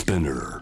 Spinner。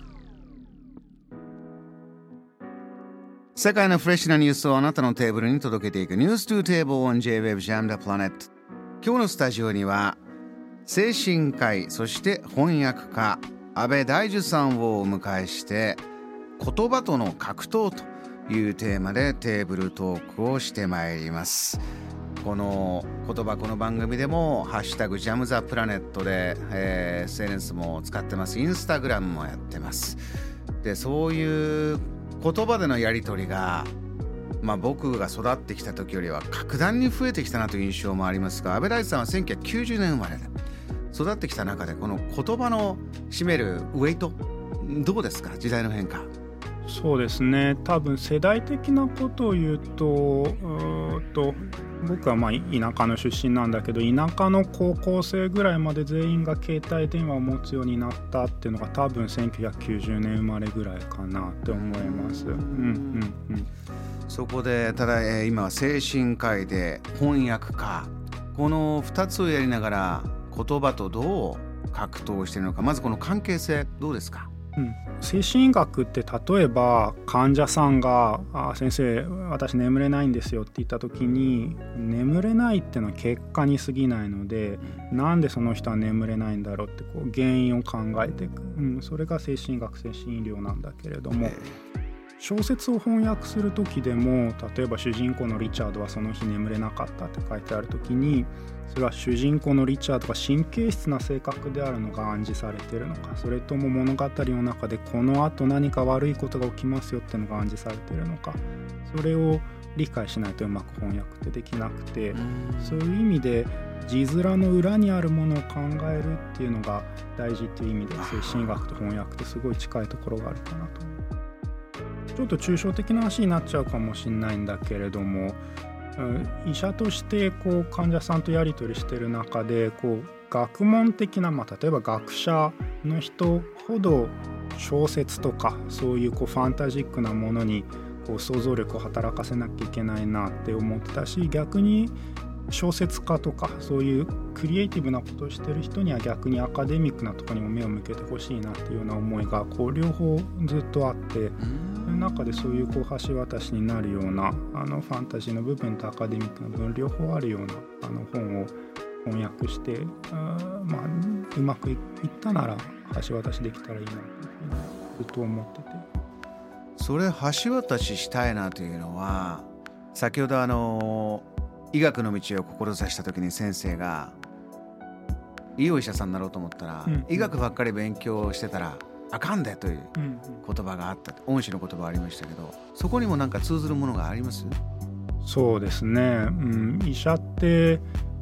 世界のフレッシュなニュースをあなたのテーブルに届けていくニュース2テーブル on J-Wave Jam the Planet。今日のスタジオには精神科医そして翻訳家安倍大樹さんをお迎えして言葉との格闘というテーマでテーブルトークをしてまいります。この言葉この番組でもハッシュタグジャムザプラネットで、SNS も使ってます。インスタグラムもやってます。でそういう言葉でのやり取りが、僕が育ってきた時よりは格段に増えてきたなという印象もありますが、安倍大地さんは1990年生まれで育ってきた中でこの言葉の占めるウェイトどうですか？時代の変化。 そうですね、多分世代的なことを言うと僕は田舎の出身なんだけど、田舎の高校生ぐらいまで全員が携帯電話を持つようになったっていうのが多分1990年生まれぐらいかなって思います。 そこでただ、今は精神科医で翻訳家、この2つをやりながら言葉とどう格闘しているのか、まずこの関係性どうですか？ 精神医学って例えば患者さんが先生私眠れないんですよって言った時に、眠れないってのは結果に過ぎないので、なんでその人は眠れないんだろうって原因を考えていく、それが精神医学精神医療なんだけれども、小説を翻訳する時でも例えば主人公のリチャードはその日眠れなかったって書いてある時に、それは主人公のリチャードが神経質な性格であるのが暗示されているのか、それとも物語の中でこの後何か悪いことが起きますよってのが暗示されているのか、それを理解しないとうまく翻訳ってできなくて、そういう意味で字面の裏にあるものを考えるっていうのが大事っていう意味で精神医学と翻訳ってすごい近いところがあるかなと。ちょっと抽象的な話になっちゃうかもしれないんだけれども、医者として患者さんとやり取りしている中で学問的な、例えば学者の人ほど小説とかそういうファンタジックなものに想像力を働かせなきゃいけないなって思ってたし、逆に小説家とかそういうクリエイティブなことをしてる人には逆にアカデミックなところにも目を向けてほしいなっていうような思いが両方ずっとあって、その中でそういう橋渡しになるようなファンタジーの部分とアカデミックな部分両方あるような本を翻訳してうまくいったなら橋渡しできたらいいなというふうにずっと思ってて、 それ橋渡ししたいなというのは、先ほど医学の道を志した時に先生がいいお医者さんになろうと思ったら、医学ばっかり勉強してたらあかんでという言葉があった、恩師の言葉ありましたけど、そこにも通ずるものがあります？ そうですね、医者って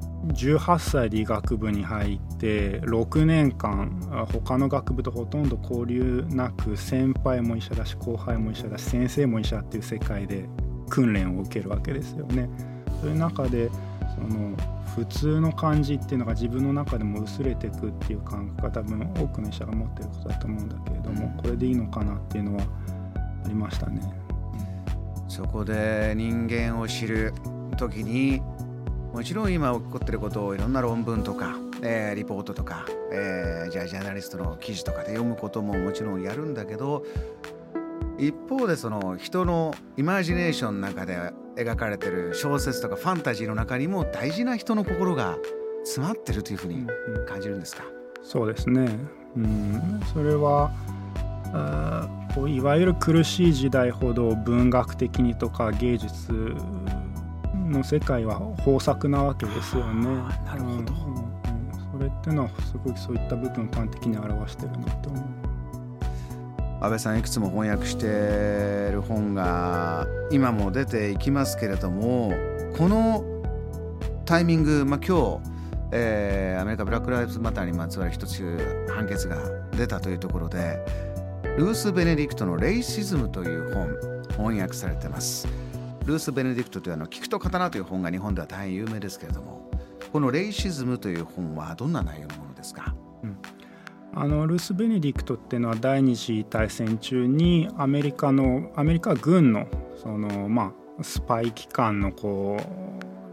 18歳で医学部に入って6年間他の学部とほとんど交流なく、先輩も医者だし後輩も医者だし先生も医者っていう世界で訓練を受けるわけですよね。そういう中で普通の感じっていうのが自分の中でも薄れていくっていう感覚が多分多くの医者が持っていることだと思うんだけれども、これでいいのかなっていうのはありましたね。 そこで人間を知る時にもちろん今起こっていることをいろんな論文とか、リポートとか、ジャーナリストの記事とかで読むことももちろんやるんだけど、一方でその人のイマジネーションの中で描かれている小説とかファンタジーの中にも大事な人の心が詰まってるというふうに感じるんですか？ そうですね、それはいわゆる苦しい時代ほど文学的にとか芸術の世界は豊作なわけですよね。 なるほど、 それってのはすごいそういった部分を端的に表してるなと思う。 安倍さんいくつも翻訳している本が今も出ていきますけれども、このタイミング、今日、アメリカブラックライブズマターにまつわる一つ判決が出たというところで、ルース・ベネディクトのレイシズムという本翻訳されています。ルース・ベネディクトという聞くと刀という本が日本では大変有名ですけれども、このレイシズムという本はどんな内容のものですか？ ルース・ベネディクトっていうのは第二次大戦中にアメリカ軍のスパイ機関の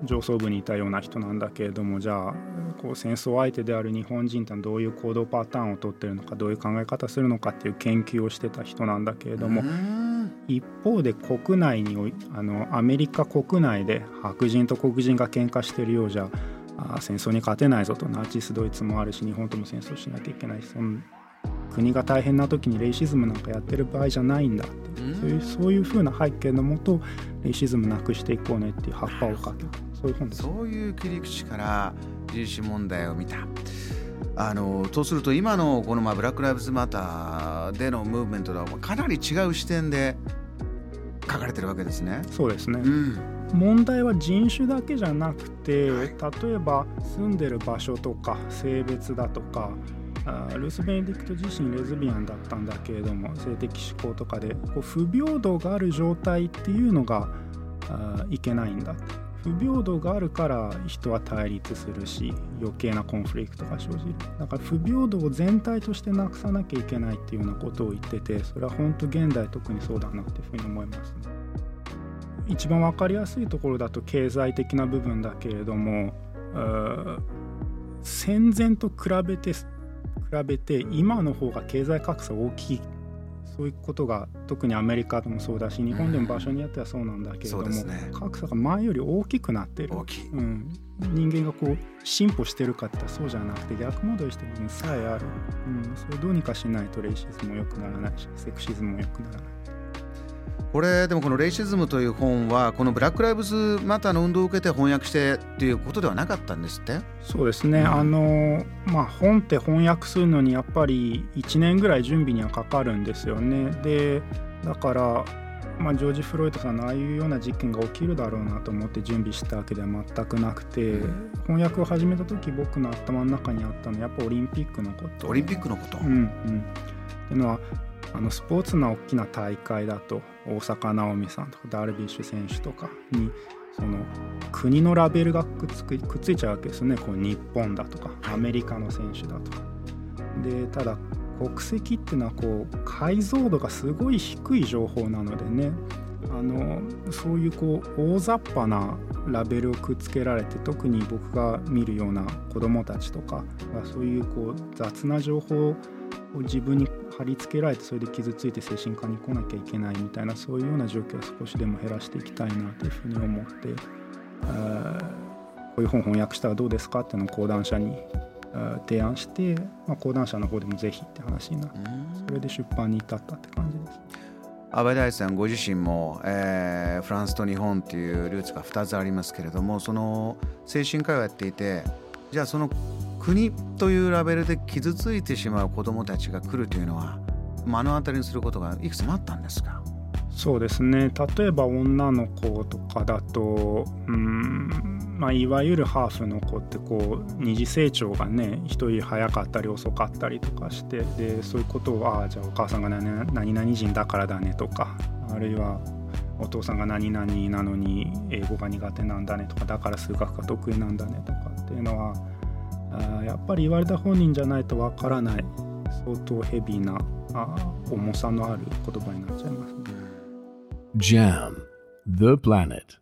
上層部にいたような人なんだけれども、じゃあこう戦争相手である日本人ってどういう行動パターンをとっているのか、どういう考え方するのかっていう研究をしてた人なんだけれども、一方で国内にアメリカ国内で白人と黒人が喧嘩してるようじゃ戦争に勝てないぞと、ナチスドイツもあるし日本とも戦争しなきゃいけないし、国が大変な時にレイシズムなんかやってる場合じゃないんだって、そういう風な背景のもとレイシズムなくしていこうねっていう葉っぱをかける、そういう本です。 そういう切り口から人種問題を見た。とすると今のこのブラック・ライブズ・マターでのムーブメントとはかなり違う視点で書かれてるわけですね。 そうですね、問題は人種だけじゃなくて、例えば住んでる場所とか性別だとか、ルース・ベネディクト自身レズビアンだったんだけれども、性的指向とかで不平等がある状態っていうのがいけないんだ。不平等があるから人は対立するし余計なコンフリクトが生じる。だから不平等を全体としてなくさなきゃいけないっていうようなことを言ってて、それは本当現代特にそうだなっていうふうに思いますね。一番わかりやすいところだと経済的な部分だけれども、戦前と比べて今の方が経済格差大きい、そういうことが特にアメリカでもそうだし日本でも場所によってはそうなんだけれども、格差が前より大きくなっている。人間が進歩してるかってそうじゃなくて逆戻りしてる部分さえある、それをどうにかしないとレイシズムも良くならないしセクシズムも良くならない。 これでもこのレイシズムという本はこのブラック・ライブズ・マターの運動を受けて翻訳してっていうことではなかったんですって？ そうですね、本って翻訳するのにやっぱり1年ぐらい準備にはかかるんですよね。でだからジョージ・フロイトさんのああいうような事件が起きるだろうなと思って準備したわけでは全くなくて、翻訳を始めた時僕の頭の中にあったのはやっぱオリンピックのこと。 オリンピックのこと、 っていうのはスポーツの大きな大会だと大坂なおみさんとかダルビッシュ選手とかにその国のラベルがくっついちゃうわけですね。日本だとかアメリカの選手だとかで、ただ国籍っていうのは解像度がすごい低い情報なのでね、そういう大雑把なラベルをくっつけられて、特に僕が見るような子どもたちとかがそういう雑な情報を自分に貼り付けられて、それで傷ついて精神科に来なきゃいけないみたいな、そういうような状況を少しでも減らしていきたいなというふうに思って、こういう本翻訳したらどうですかっていうのを講談社に提案して、講談社の方でもぜひって話になって、それで出版に至ったって感じです。 阿部大さんご自身も、フランスと日本っていうルーツが2つありますけれども、その精神科医をやっていて、じゃあその国というラベルで傷ついてしまう子どもたちが来るというのは目の当たりにすることがいくつもあったんですか？ そうですね、例えば女の子とかだといわゆるハーフの子って二次成長がね一人早かったり遅かったりとかして、でそういうことをじゃあお母さんが何々人だからだねとか、あるいはお父さんが何々なのに英語が苦手なんだねとか、だから数学が得意なんだねとかっていうのはやっぱり言われた本人じゃないとわからない相当ヘビーな重さのある言葉になっちゃいますね。 JAM The Planet